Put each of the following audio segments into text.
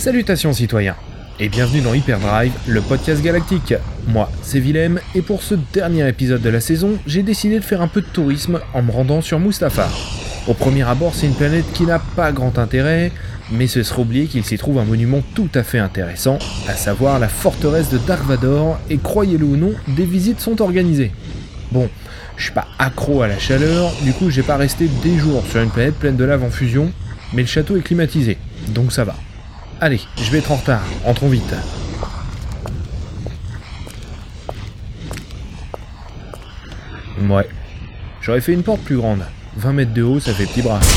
Salutations citoyens, et bienvenue dans Hyperdrive, le podcast galactique. Moi, c'est Willem, et pour ce dernier épisode de la saison, j'ai décidé de faire un peu de tourisme en me rendant sur Mustafar. Au premier abord, c'est une planète qui n'a pas grand intérêt, mais ce serait oublier qu'il s'y trouve un monument tout à fait intéressant, à savoir la forteresse de Dark Vador, et croyez-le ou non, des visites sont organisées. Bon, je suis pas accro à la chaleur, du coup j'ai pas resté des jours sur une planète pleine de lave en fusion, mais le château est climatisé, donc ça va. Allez, je vais être en retard, entrons vite. Ouais, j'aurais fait une porte plus grande. 20 mètres de haut, ça fait petit bras.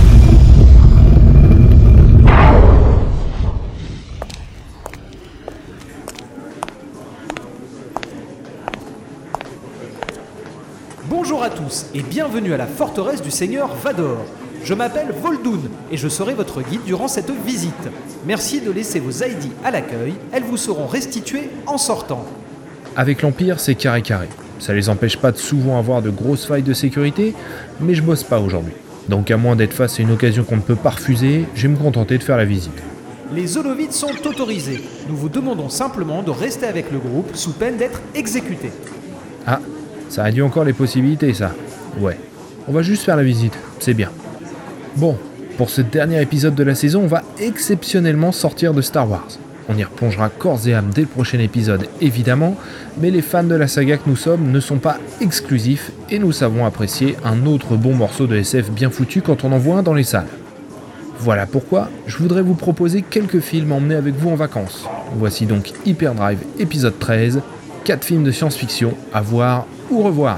Bonjour à tous et bienvenue à la forteresse du Seigneur Vador. Je m'appelle Voldoun et je serai votre guide durant cette visite. Merci de laisser vos ID à l'accueil, elles vous seront restituées en sortant. Avec l'Empire, c'est carré. Ça les empêche pas de souvent avoir de grosses failles de sécurité, mais je bosse pas aujourd'hui. Donc à moins d'être face à une occasion qu'on ne peut pas refuser, je vais me contenter de faire la visite. Les holovides sont autorisés. Nous vous demandons simplement de rester avec le groupe sous peine d'être exécutés. Ah, ça réduit encore les possibilités ça. Ouais, on va juste faire la visite, c'est bien. Bon, pour ce dernier épisode de la saison, on va exceptionnellement sortir de Star Wars. On y replongera corps et âme dès le prochain épisode, évidemment, mais les fans de la saga que nous sommes ne sont pas exclusifs et nous savons apprécier un autre bon morceau de SF bien foutu quand on en voit un dans les salles. Voilà pourquoi je voudrais vous proposer quelques films à emmener avec vous en vacances. Voici donc Hyperdrive épisode 13, 4 films de science-fiction à voir ou revoir.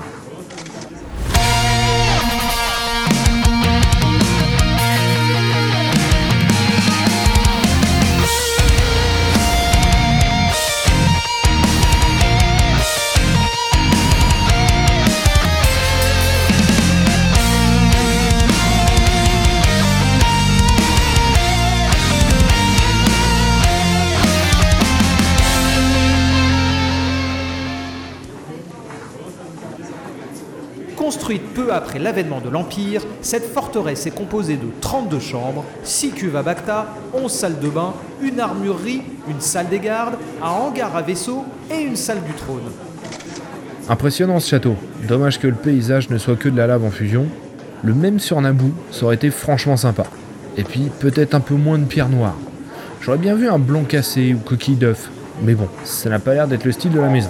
Construite peu après l'avènement de l'Empire, cette forteresse est composée de 32 chambres, 6 cuves à Bacta, 11 salles de bain, une armurerie, une salle des gardes, un hangar à vaisseaux et une salle du trône. Impressionnant ce château, dommage que le paysage ne soit que de la lave en fusion. Le même sur Naboo, ça aurait été franchement sympa. Et puis peut-être un peu moins de pierre noire. J'aurais bien vu un blanc cassé ou coquille d'œuf, mais bon, ça n'a pas l'air d'être le style de la maison.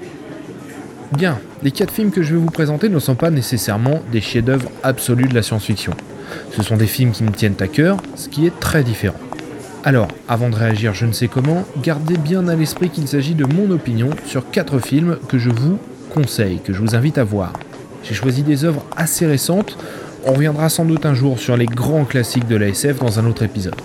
Bien, les 4 films que je vais vous présenter ne sont pas nécessairement des chefs-d'œuvre absolus de la science-fiction. Ce sont des films qui me tiennent à cœur, ce qui est très différent. Alors, avant de réagir je ne sais comment, gardez bien à l'esprit qu'il s'agit de mon opinion sur 4 films que je vous conseille, que je vous invite à voir. J'ai choisi des œuvres assez récentes, on reviendra sans doute un jour sur les grands classiques de la SF dans un autre épisode.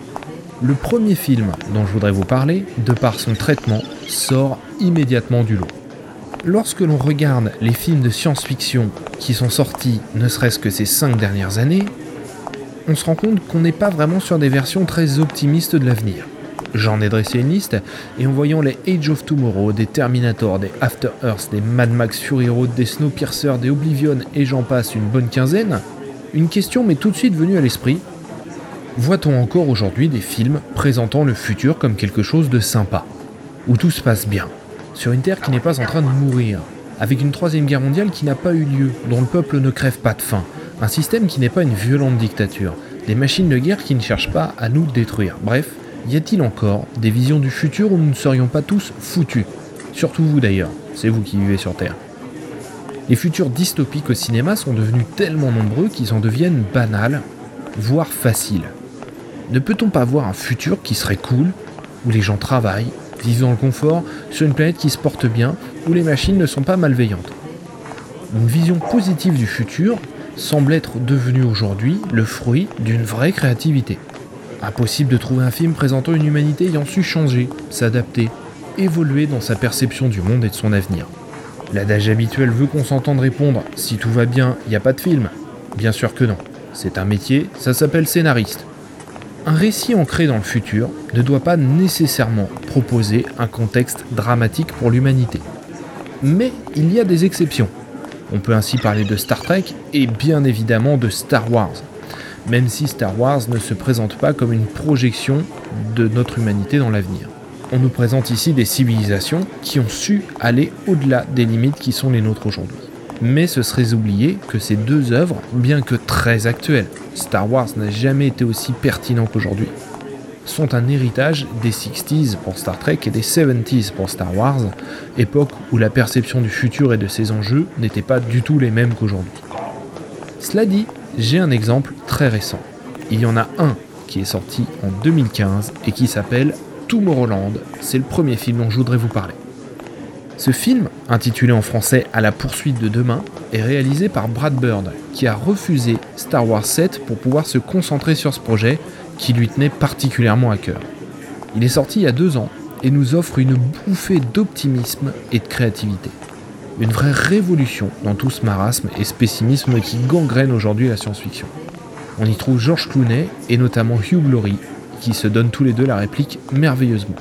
Le premier film dont je voudrais vous parler, de par son traitement, sort immédiatement du lot. Lorsque l'on regarde les films de science-fiction qui sont sortis ne serait-ce que ces 5 dernières années, on se rend compte qu'on n'est pas vraiment sur des versions très optimistes de l'avenir. J'en ai dressé une liste, et en voyant les Age of Tomorrow, des Terminator, des After Earth, des Mad Max Fury Road, des Snowpiercer, des Oblivion et j'en passe une bonne quinzaine, une question m'est tout de suite venue à l'esprit. Voit-on encore aujourd'hui des films présentant le futur comme quelque chose de sympa, où tout se passe bien, sur une Terre qui n'est pas en train de mourir, avec une 3e guerre mondiale qui n'a pas eu lieu, dont le peuple ne crève pas de faim, un système qui n'est pas une violente dictature, des machines de guerre qui ne cherchent pas à nous détruire. Bref, y a-t-il encore des visions du futur où nous ne serions pas tous foutus ? Surtout vous d'ailleurs, c'est vous qui vivez sur Terre. Les futurs dystopiques au cinéma sont devenus tellement nombreux qu'ils en deviennent banals, voire faciles. Ne peut-on pas voir un futur qui serait cool, où les gens travaillent, vivent dans le confort, sur une planète qui se porte bien, où les machines ne sont pas malveillantes. Une vision positive du futur semble être devenue aujourd'hui le fruit d'une vraie créativité. Impossible de trouver un film présentant une humanité ayant su changer, s'adapter, évoluer dans sa perception du monde et de son avenir. L'adage habituel veut qu'on s'entende répondre « si tout va bien, il n'y a pas de film ». Bien sûr que non. C'est un métier, ça s'appelle scénariste. Un récit ancré dans le futur ne doit pas nécessairement proposer un contexte dramatique pour l'humanité. Mais il y a des exceptions. On peut ainsi parler de Star Trek et bien évidemment de Star Wars. même si Star Wars ne se présente pas comme une projection de notre humanité dans l'avenir. On nous présente ici des civilisations qui ont su aller au-delà des limites qui sont les nôtres aujourd'hui. Mais ce serait oublier que ces deux œuvres, bien que très actuelles, Star Wars n'a jamais été aussi pertinent qu'aujourd'hui, sont un héritage des 60s pour Star Trek et des 70s pour Star Wars, époque où la perception du futur et de ses enjeux n'étaient pas du tout les mêmes qu'aujourd'hui. Cela dit, j'ai un exemple très récent. Il y en a un qui est sorti en 2015 et qui s'appelle Tomorrowland. C'est le premier film dont je voudrais vous parler. Ce film, intitulé en français « À la poursuite de demain », est réalisé par Brad Bird, qui a refusé Star Wars 7 pour pouvoir se concentrer sur ce projet qui lui tenait particulièrement à cœur. Il est sorti il y a 2 ans et nous offre une bouffée d'optimisme et de créativité. Une vraie révolution dans tout ce marasme et ce pessimisme qui gangrène aujourd'hui la science-fiction. On y trouve George Clooney et notamment Hugh Laurie, qui se donnent tous les deux la réplique merveilleusement.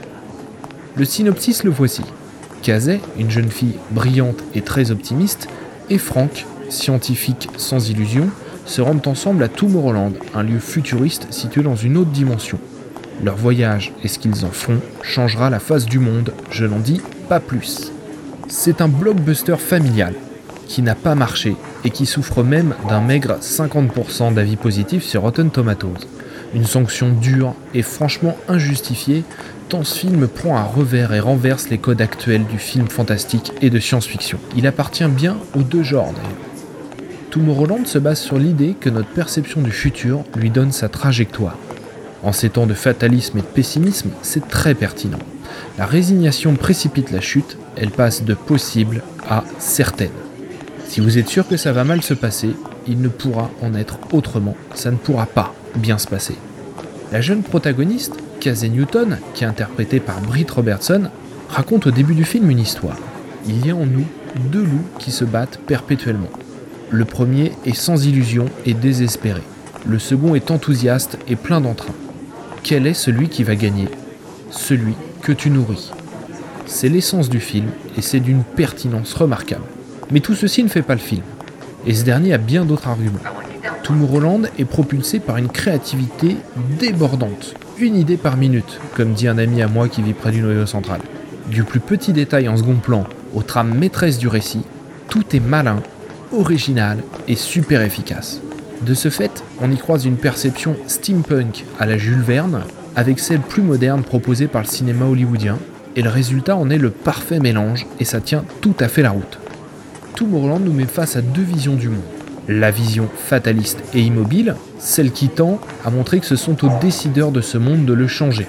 Le synopsis le voici. Casey, une jeune fille brillante et très optimiste, et Frank, scientifique sans illusion, se rendent ensemble à Tomorrowland, un lieu futuriste situé dans une autre dimension. Leur voyage et ce qu'ils en font changera la face du monde, je n'en dis pas plus. C'est un blockbuster familial qui n'a pas marché et qui souffre même d'un maigre 50% d'avis positifs sur Rotten Tomatoes. Une sanction dure et franchement injustifiée, tant ce film prend un revers et renverse les codes actuels du film fantastique et de science-fiction. Il appartient bien aux deux genres d'ailleurs. Tomorrowland se base sur l'idée que notre perception du futur lui donne sa trajectoire. En ces temps de fatalisme et de pessimisme, c'est très pertinent. La résignation précipite la chute, elle passe de possible à certaine. Si vous êtes sûr que ça va mal se passer, il ne pourra en être autrement, ça ne pourra pas bien se passer. La jeune protagoniste, Casey Newton, qui est interprétée par Britt Robertson, raconte au début du film une histoire. Il y a en nous 2 loups qui se battent perpétuellement. Le premier est sans illusion et désespéré. Le second est enthousiaste et plein d'entrain. Quel est celui qui va gagner ? Celui que tu nourris. C'est l'essence du film et c'est d'une pertinence remarquable. Mais tout ceci ne fait pas le film. Et ce dernier a bien d'autres arguments. Tomorrowland est propulsé par une créativité débordante. Une idée par minute, comme dit un ami à moi qui vit près du noyau central. Du plus petit détail en second plan aux trames maîtresses du récit, tout est malin, original et super efficace. De ce fait, on y croise une perception steampunk à la Jules Verne, avec celle plus moderne proposée par le cinéma hollywoodien, et le résultat en est le parfait mélange, et ça tient tout à fait la route. Tomorrowland nous met face à 2 visions du monde. La vision fataliste et immobile, celle qui tend à montrer que ce sont aux décideurs de ce monde de le changer.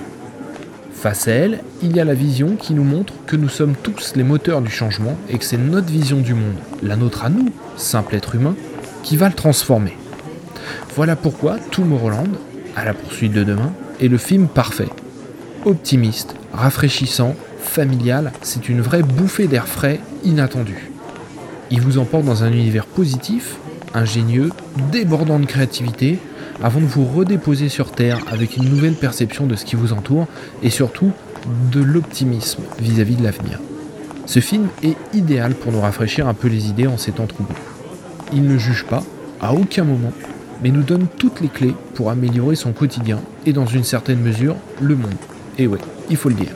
Face à elle, il y a la vision qui nous montre que nous sommes tous les moteurs du changement et que c'est notre vision du monde, la nôtre à nous, simple être humain, qui va le transformer. Voilà pourquoi Tomorrowland, à la poursuite de demain, est le film parfait. Optimiste, rafraîchissant, familial, c'est une vraie bouffée d'air frais inattendue. Il vous emporte dans un univers positif, ingénieux, débordant de créativité, avant de vous redéposer sur Terre avec une nouvelle perception de ce qui vous entoure et surtout de l'optimisme vis-à-vis de l'avenir. Ce film est idéal pour nous rafraîchir un peu les idées en ces temps troublés. Il ne juge pas, à aucun moment, mais nous donne toutes les clés pour améliorer son quotidien et dans une certaine mesure, le monde. Et ouais, il faut le dire.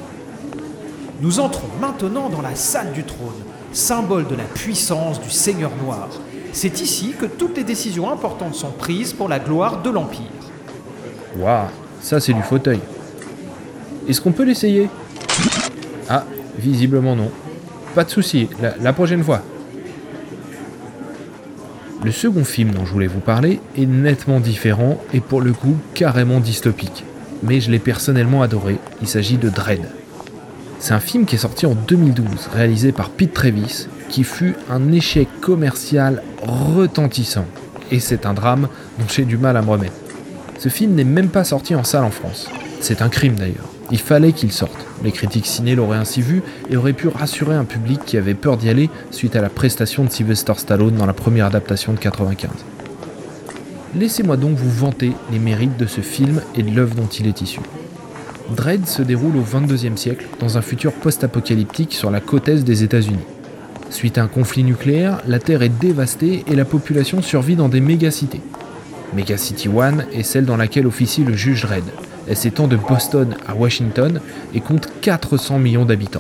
Nous entrons maintenant dans la salle du trône, symbole de la puissance du Seigneur Noir. C'est ici que toutes les décisions importantes sont prises pour la gloire de l'Empire. Waouh, ça c'est du fauteuil. Est-ce qu'on peut l'essayer ? Ah, visiblement non. Pas de souci, la prochaine fois. Le second film dont je voulais vous parler est nettement différent et pour le coup carrément dystopique. Mais je l'ai personnellement adoré, il s'agit de Dredd. C'est un film qui est sorti en 2012, réalisé par Pete Travis, qui fut un échec commercial retentissant. Et c'est un drame dont j'ai du mal à me remettre. Ce film n'est même pas sorti en salle en France. C'est un crime d'ailleurs. Il fallait qu'il sorte. Les critiques ciné l'auraient ainsi vu et auraient pu rassurer un public qui avait peur d'y aller suite à la prestation de Sylvester Stallone dans la première adaptation de 95. Laissez-moi donc vous vanter les mérites de ce film et de l'œuvre dont il est issu. Dredd se déroule au XXIIe siècle dans un futur post-apocalyptique sur la côte est des États-Unis. Suite à un conflit nucléaire, la Terre est dévastée et la population survit dans des méga-cités. Mega City 1 est celle dans laquelle officie le juge Dredd. Elle s'étend de Boston à Washington et compte 400 millions d'habitants.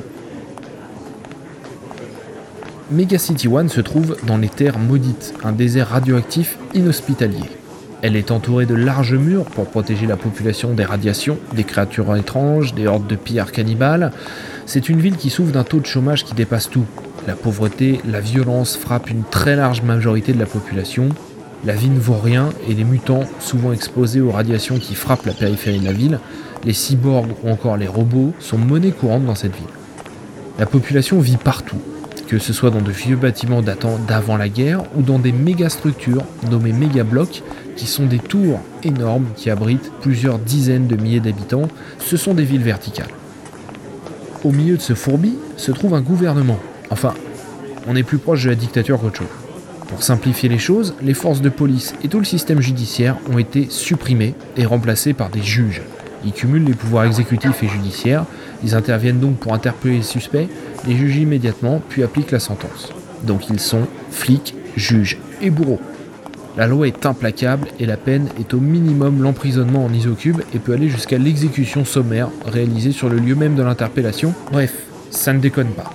Mega City 1 se trouve dans les terres maudites, un désert radioactif inhospitalier. Elle est entourée de larges murs pour protéger la population des radiations, des créatures étranges, des hordes de pillards cannibales. C'est une ville qui souffre d'un taux de chômage qui dépasse tout. La pauvreté, la violence frappent une très large majorité de la population. La vie ne vaut rien et les mutants, souvent exposés aux radiations qui frappent la périphérie de la ville, les cyborgs ou encore les robots, sont monnaie courante dans cette ville. La population vit partout, que ce soit dans de vieux bâtiments datant d'avant la guerre ou dans des méga-structures nommées méga-blocs qui sont des tours énormes qui abritent plusieurs dizaines de milliers d'habitants. Ce sont des villes verticales. Au milieu de ce fourbi se trouve un gouvernement. Enfin, on est plus proche de la dictature qu'autre chose. Pour simplifier les choses, les forces de police et tout le système judiciaire ont été supprimés et remplacés par des juges. Ils cumulent les pouvoirs exécutifs et judiciaires, ils interviennent donc pour interpeller les suspects, les jugent immédiatement, puis appliquent la sentence. Donc ils sont flics, juges et bourreaux. La loi est implacable et la peine est au minimum l'emprisonnement en isocube et peut aller jusqu'à l'exécution sommaire réalisée sur le lieu même de l'interpellation. Bref, ça ne déconne pas.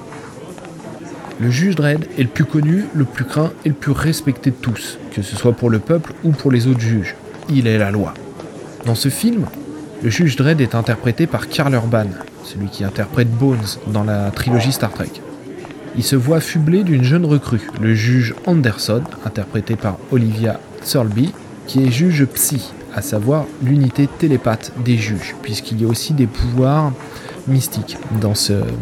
Le juge Dredd est le plus connu, le plus craint et le plus respecté de tous, que ce soit pour le peuple ou pour les autres juges. Il est la loi. Dans ce film, le juge Dredd est interprété par Karl Urban, celui qui interprète Bones dans la trilogie Star Trek. Il se voit affublé d'une jeune recrue, le juge Anderson, interprété par Olivia Thirlby, qui est juge psy, à savoir l'unité télépathe des juges, puisqu'il y a aussi des pouvoirs mystiques dans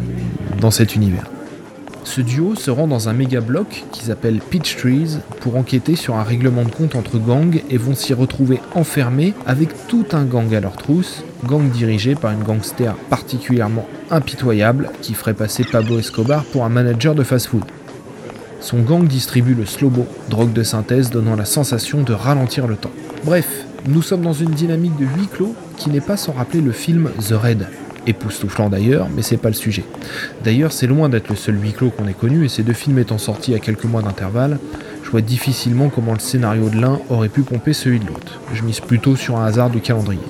cet univers. Ce duo se rend dans un méga bloc qui s'appelle Peach Trees pour enquêter sur un règlement de compte entre gangs et vont s'y retrouver enfermés avec tout un gang à leur trousse, gang dirigé par une gangster particulièrement impitoyable qui ferait passer Pablo Escobar pour un manager de fast-food. Son gang distribue le slow-mo, drogue de synthèse donnant la sensation de ralentir le temps. Bref, nous sommes dans une dynamique de huis clos qui n'est pas sans rappeler le film The Raid. Époustouflant d'ailleurs, mais c'est pas le sujet. D'ailleurs, c'est loin d'être le seul huis clos qu'on ait connu, et ces deux films étant sortis à quelques mois d'intervalle, je vois difficilement comment le scénario de l'un aurait pu pomper celui de l'autre. Je mise plutôt sur un hasard du calendrier.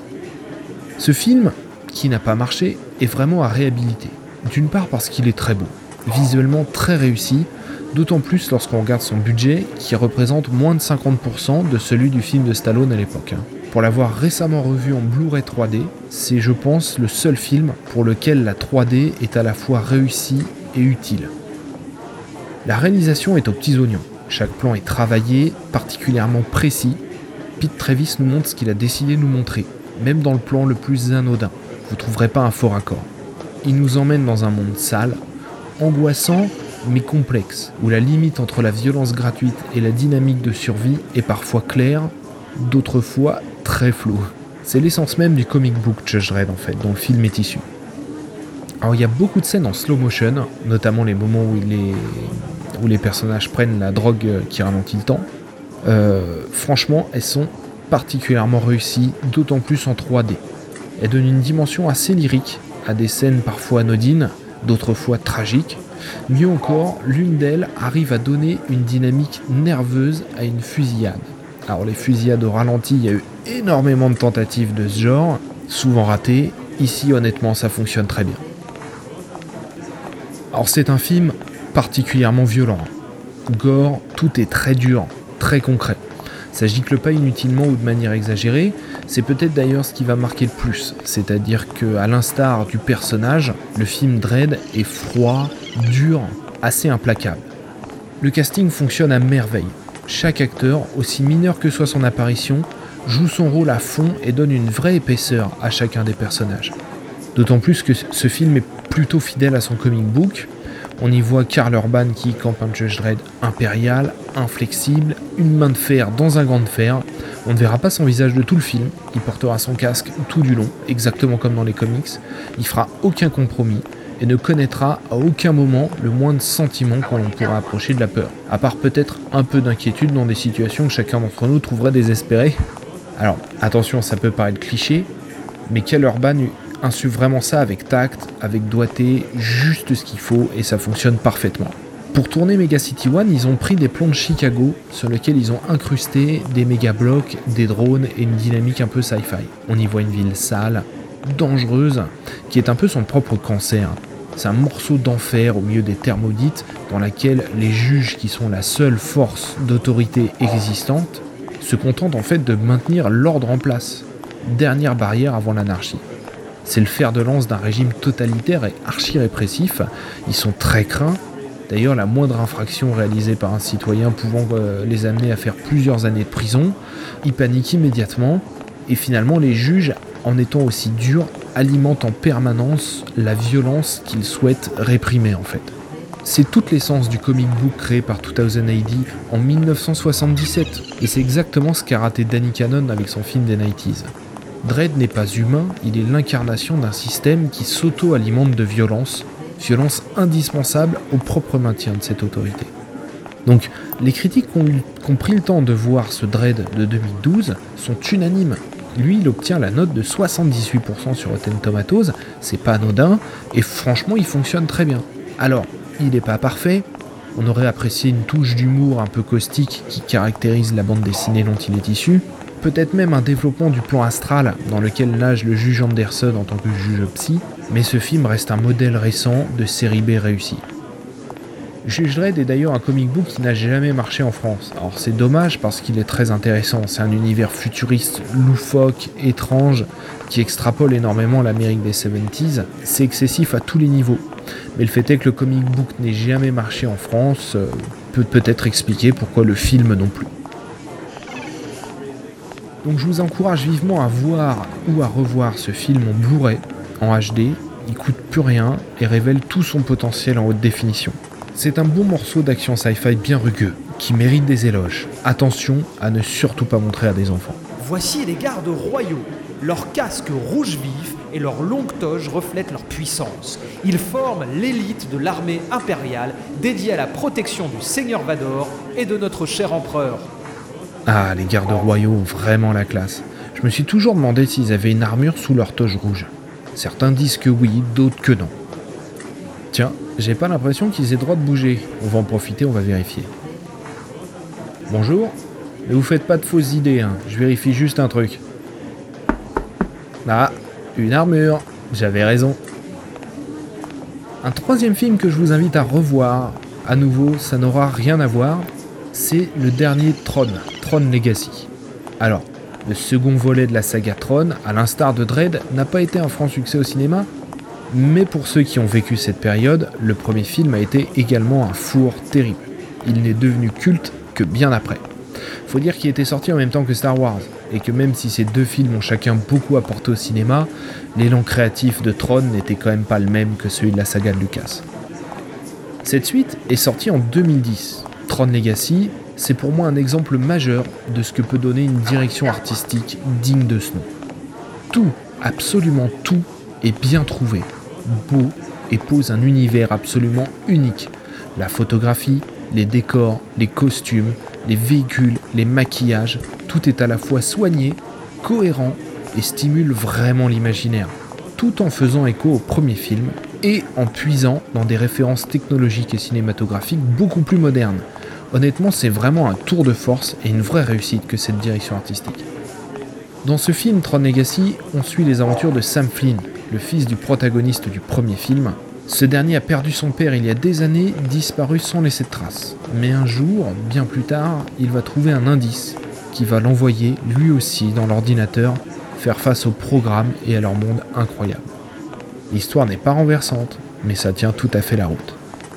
Ce film, qui n'a pas marché, est vraiment à réhabiliter. D'une part parce qu'il est très beau, visuellement très réussi, d'autant plus lorsqu'on regarde son budget, qui représente moins de 50% de celui du film de Stallone à l'époque. Pour l'avoir récemment revu en Blu-ray 3D, c'est, je pense, le seul film pour lequel la 3D est à la fois réussie et utile. La réalisation est aux petits oignons. Chaque plan est travaillé, particulièrement précis. Pete Travis nous montre ce qu'il a décidé de nous montrer, même dans le plan le plus anodin. Vous ne trouverez pas un faux raccord. Il nous emmène dans un monde sale, angoissant mais complexe, où la limite entre la violence gratuite et la dynamique de survie est parfois claire, d'autres fois très floue. C'est l'essence même du comic book Judge Dredd en fait, dont le film est issu. Alors il y a beaucoup de scènes en slow motion, notamment les moments où les personnages prennent la drogue qui ralentit le temps. Franchement, elles sont particulièrement réussies, d'autant plus en 3D. Elles donnent une dimension assez lyrique à des scènes parfois anodines, d'autres fois tragiques. Mieux encore, l'une d'elles arrive à donner une dynamique nerveuse à une fusillade. Alors les fusillades au ralenti, il y a eu énormément de tentatives de ce genre, souvent ratées. Ici, honnêtement, ça fonctionne très bien. Alors c'est un film particulièrement violent. Gore, tout est très dur, très concret. Ça gicle pas inutilement ou de manière exagérée, c'est peut-être d'ailleurs ce qui va marquer le plus. C'est-à-dire qu'à l'instar du personnage, le film Dredd est froid, dur, assez implacable. Le casting fonctionne à merveille. Chaque acteur, aussi mineur que soit son apparition, joue son rôle à fond et donne une vraie épaisseur à chacun des personnages. D'autant plus que ce film est plutôt fidèle à son comic book. On y voit Karl Urban qui campe un Judge Dredd impérial, inflexible, une main de fer dans un gant de fer. On ne verra pas son visage de tout le film, il portera son casque tout du long, exactement comme dans les comics. Il fera aucun compromis et ne connaîtra à aucun moment le moindre sentiment quand l'on pourra approcher de la peur. À part peut-être un peu d'inquiétude dans des situations que chacun d'entre nous trouverait désespérées. Alors, attention, ça peut paraître cliché, mais Karl Urban insuffle vraiment ça avec tact, avec doigté, juste ce qu'il faut, et ça fonctionne parfaitement. Pour tourner Mega City One, ils ont pris des plans de Chicago sur lesquels ils ont incrusté des méga blocs, des drones et une dynamique un peu sci-fi. On y voit une ville sale, dangereuse, qui est un peu son propre cancer. C'est un morceau d'enfer au milieu des terres maudites dans laquelle les juges, qui sont la seule force d'autorité existante, se contentent en fait de maintenir l'ordre en place. Dernière barrière avant l'anarchie. C'est le fer de lance d'un régime totalitaire et archi-répressif. Ils sont très craints. D'ailleurs, la moindre infraction réalisée par un citoyen pouvant les amener à faire plusieurs années de prison, ils paniquent immédiatement. Et finalement, les juges, en étant aussi durs, alimentent en permanence la violence qu'ils souhaitent réprimer en fait. C'est toute l'essence du comic book créé par 2000 AD en 1977. Et c'est exactement ce qu'a raté Danny Cannon avec son film des 90s. Dredd n'est pas humain, il est l'incarnation d'un système qui s'auto-alimente de violence indispensable au propre maintien de cette autorité. Donc, les critiques qui ont pris le temps de voir ce Dredd de 2012 sont unanimes. Lui, il obtient la note de 78% sur Rotten Tomatoes, c'est pas anodin, et franchement, il fonctionne très bien. Alors, il n'est pas parfait, on aurait apprécié une touche d'humour un peu caustique qui caractérise la bande dessinée dont il est issu, peut-être même un développement du plan astral dans lequel nage le juge Anderson en tant que juge psy, mais ce film reste un modèle récent de série B réussi. Judge Dredd est d'ailleurs un comic book qui n'a jamais marché en France. Alors c'est dommage parce qu'il est très intéressant, c'est un univers futuriste, loufoque, étrange, qui extrapole énormément l'Amérique des 70s, c'est excessif à tous les niveaux. Mais le fait est que le comic book n'ait jamais marché en France peut peut-être expliquer pourquoi le film non plus. Donc je vous encourage vivement à voir ou à revoir ce film en Blu-ray, en HD, il coûte plus rien et révèle tout son potentiel en haute définition. C'est un bon morceau d'action sci-fi bien rugueux, qui mérite des éloges. Attention à ne surtout pas montrer à des enfants. Voici les gardes royaux. Leurs casques rouge vif et leurs longues toges reflètent leur puissance. Ils forment l'élite de l'armée impériale dédiée à la protection du Seigneur Vador et de notre cher empereur. Ah, les gardes royaux ont vraiment la classe. Je me suis toujours demandé s'ils avaient une armure sous leur toge rouge. Certains disent que oui, d'autres que non. Tiens, j'ai pas l'impression qu'ils aient droit de bouger. On va en profiter, on va vérifier. Bonjour. Ne vous faites pas de fausses idées, hein. Je vérifie juste un truc. Ah, une armure. J'avais raison. Un troisième film que je vous invite à revoir, à nouveau, ça n'aura rien à voir, c'est le dernier Tron Legacy. Alors, le second volet de la saga Tron, à l'instar de Dredd, n'a pas été un franc succès au cinéma, mais pour ceux qui ont vécu cette période, le premier film a été également un four terrible. Il n'est devenu culte que bien après. Faut dire qu'il était sorti en même temps que Star Wars, et que même si ces deux films ont chacun beaucoup apporté au cinéma, l'élan créatif de Tron n'était quand même pas le même que celui de la saga de Lucas. Cette suite est sortie en 2010. Tron Legacy, c'est pour moi un exemple majeur de ce que peut donner une direction artistique digne de ce nom. Tout, absolument tout, est bien trouvé, beau et pose un univers absolument unique. La photographie, les décors, les costumes, les véhicules, les maquillages, tout est à la fois soigné, cohérent et stimule vraiment l'imaginaire, tout en faisant écho au premier film et en puisant dans des références technologiques et cinématographiques beaucoup plus modernes. Honnêtement, c'est vraiment un tour de force et une vraie réussite que cette direction artistique. Dans ce film Tron Legacy, on suit les aventures de Sam Flynn, le fils du protagoniste du premier film. Ce dernier a perdu son père il y a des années, disparu sans laisser de traces. Mais un jour, bien plus tard, il va trouver un indice qui va l'envoyer, lui aussi, dans l'ordinateur, faire face au programme et à leur monde incroyable. L'histoire n'est pas renversante, mais ça tient tout à fait la route.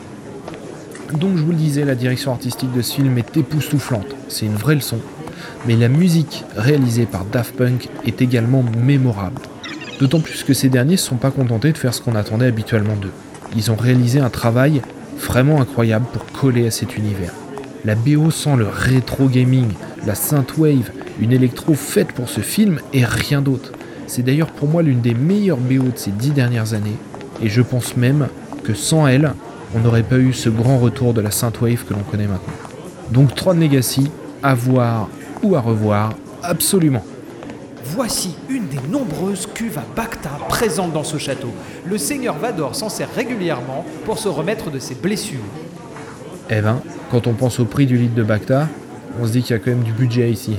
Donc je vous le disais, la direction artistique de ce film est époustouflante, c'est une vraie leçon. Mais la musique réalisée par Daft Punk est également mémorable. D'autant plus que ces derniers ne se sont pas contentés de faire ce qu'on attendait habituellement d'eux. Ils ont réalisé un travail vraiment incroyable pour coller à cet univers. La BO sent le rétro gaming, la synthwave, une électro faite pour ce film et rien d'autre. C'est d'ailleurs pour moi l'une des meilleures BO de ces 10 dernières années, et je pense même que sans elle, on n'aurait pas eu ce grand retour de la synthwave que l'on connaît maintenant. Donc Tron Legacy, à voir ou à revoir, absolument. Voici une des nombreuses cuves à Bacta présentes dans ce château. Le Seigneur Vador s'en sert régulièrement pour se remettre de ses blessures. Eh ben, quand on pense au prix du litre de Bacta, on se dit qu'il y a quand même du budget ici.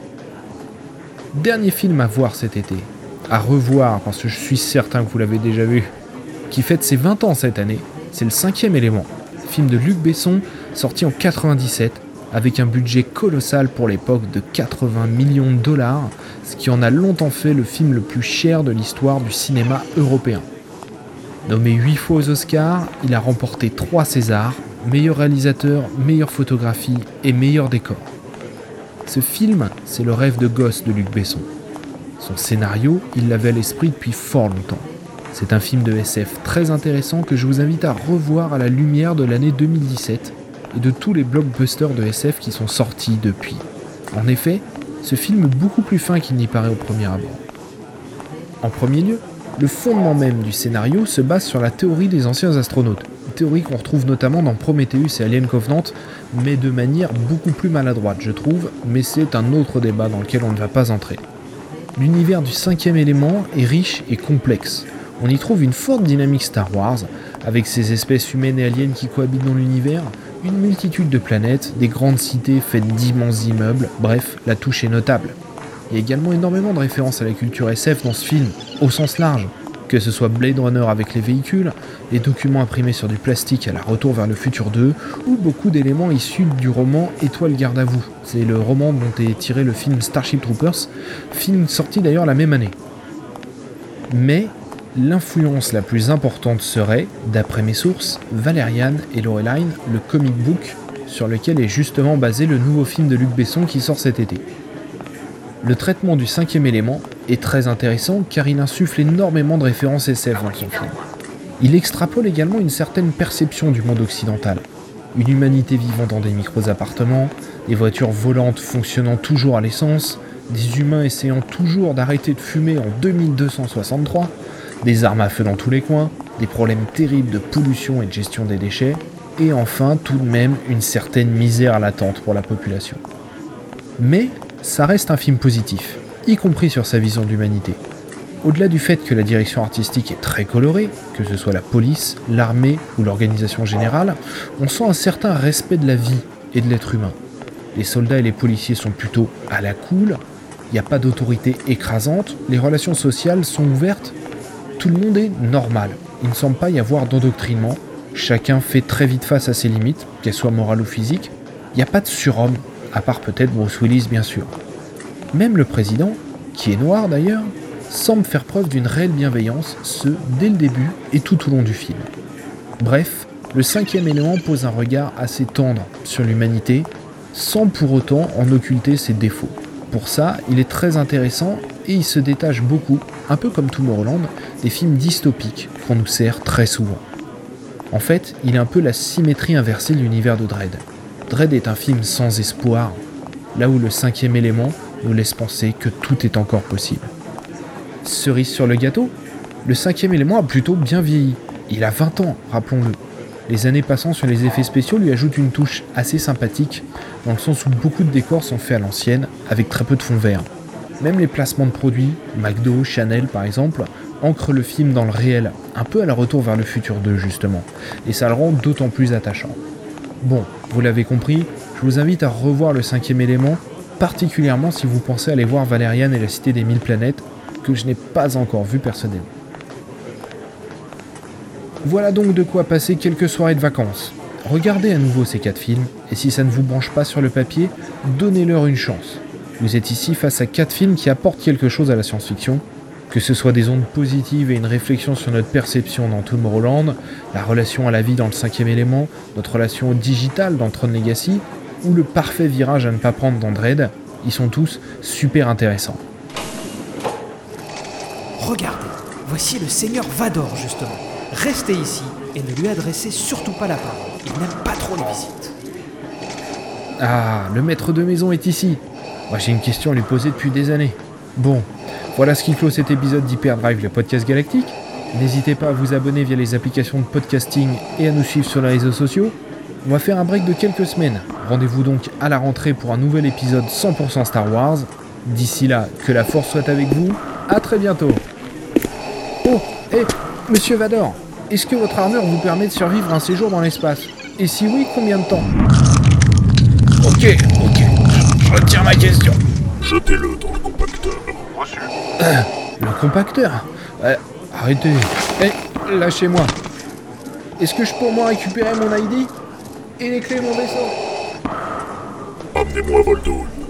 Dernier film à voir cet été, à revoir parce que je suis certain que vous l'avez déjà vu, qui fête ses 20 ans cette année, c'est Le 5e élément, film de Luc Besson sorti en 97 avec un budget colossal pour l'époque de 80 millions de dollars, ce qui en a longtemps fait le film le plus cher de l'histoire du cinéma européen. Nommé 8 fois aux Oscars, il a remporté 3 Césars, meilleur réalisateur, meilleure photographie et meilleur décor. Ce film, c'est le rêve de gosse de Luc Besson. Son scénario, il l'avait à l'esprit depuis fort longtemps. C'est un film de SF très intéressant que je vous invite à revoir à la lumière de l'année 2017 et de tous les blockbusters de SF qui sont sortis depuis. En effet, ce film est beaucoup plus fin qu'il n'y paraît au premier abord. En premier lieu, le fondement même du scénario se base sur la théorie des anciens astronautes, une théorie qu'on retrouve notamment dans Prometheus et Alien Covenant, mais de manière beaucoup plus maladroite je trouve, mais c'est un autre débat dans lequel on ne va pas entrer. L'univers du 5e élément est riche et complexe. On y trouve une forte dynamique Star Wars, avec ces espèces humaines et aliens qui cohabitent dans l'univers, une multitude de planètes, des grandes cités faites d'immenses immeubles, bref, la touche est notable. Il y a également énormément de références à la culture SF dans ce film, au sens large, que ce soit Blade Runner avec les véhicules, les documents imprimés sur du plastique à la Retour vers le futur 2, ou beaucoup d'éléments issus du roman Étoile garde à vous. C'est le roman dont est tiré le film Starship Troopers, film sorti d'ailleurs la même année. Mais l'influence la plus importante serait, d'après mes sources, Valérian et Laureline, le comic book sur lequel est justement basé le nouveau film de Luc Besson qui sort cet été. Le traitement du 5e élément est très intéressant car il insuffle énormément de références SF dans son film. Il extrapole également une certaine perception du monde occidental. Une humanité vivant dans des micros-appartements, des voitures volantes fonctionnant toujours à l'essence, des humains essayant toujours d'arrêter de fumer en 2263, des armes à feu dans tous les coins, des problèmes terribles de pollution et de gestion des déchets, et enfin tout de même une certaine misère latente pour la population. Mais ça reste un film positif, y compris sur sa vision de l'humanité. Au-delà du fait que la direction artistique est très colorée, que ce soit la police, l'armée ou l'organisation générale, on sent un certain respect de la vie et de l'être humain. Les soldats et les policiers sont plutôt à la cool, il n'y a pas d'autorité écrasante, les relations sociales sont ouvertes, tout le monde est normal. Il ne semble pas y avoir d'endoctrinement, chacun fait très vite face à ses limites, qu'elles soient morales ou physiques, il n'y a pas de surhomme, à part peut-être Bruce Willis bien sûr. Même le président, qui est noir d'ailleurs, semble faire preuve d'une réelle bienveillance, ce dès le début et tout au long du film. Bref, le 5e élément pose un regard assez tendre sur l'humanité, sans pour autant en occulter ses défauts. Pour ça, il est très intéressant et il se détache beaucoup, un peu comme Tomorrowland, des films dystopiques qu'on nous sert très souvent. En fait, il est un peu la symétrie inversée de l'univers de Dredd. Dredd est un film sans espoir, là où le 5e élément nous laisse penser que tout est encore possible. Cerise sur le gâteau, le 5e élément a plutôt bien vieilli. Il a 20 ans, rappelons-le. Les années passant sur les effets spéciaux lui ajoutent une touche assez sympathique, dans le sens où beaucoup de décors sont faits à l'ancienne, avec très peu de fond vert. Même les placements de produits, McDo, Chanel par exemple, ancrent le film dans le réel, un peu à la Retour vers le futur 2 justement, et ça le rend d'autant plus attachant. Bon, vous l'avez compris, je vous invite à revoir le 5e élément, particulièrement si vous pensez aller voir Valérian et la Cité des 1000 planètes, que je n'ai pas encore vu personnellement. Voilà donc de quoi passer quelques soirées de vacances. Regardez à nouveau ces 4 films, et si ça ne vous branche pas sur le papier, donnez-leur une chance. Vous êtes ici face à 4 films qui apportent quelque chose à la science-fiction, que ce soit des ondes positives et une réflexion sur notre perception dans Tomorrowland, la relation à la vie dans le 5e élément, notre relation au digital dans Tron Legacy, ou le parfait virage à ne pas prendre dans Dredd, ils sont tous super intéressants. Regardez, voici le Seigneur Vador justement. Restez ici et ne lui adressez surtout pas la parole. Il n'aime pas trop les visites. Ah, le maître de maison est ici. Moi j'ai une question à lui poser depuis des années. Bon, voilà ce qui clôt cet épisode d'Hyperdrive, le podcast galactique. N'hésitez pas à vous abonner via les applications de podcasting et à nous suivre sur les réseaux sociaux. On va faire un break de quelques semaines. Rendez-vous donc à la rentrée pour un nouvel épisode 100% Star Wars. D'ici là, que la force soit avec vous. À très bientôt. Oh, monsieur Vador, est-ce que votre armure vous permet de survivre un séjour dans l'espace ? Et si oui, combien de temps? Ok, je retire ma question. Jetez-le dans le compacteur. Reçu. Le compacteur? Arrêtez. Lâchez-moi. Est-ce que je peux au moins récupérer mon ID? Et les clés de mon vaisseau? Amenez-moi Voldoul.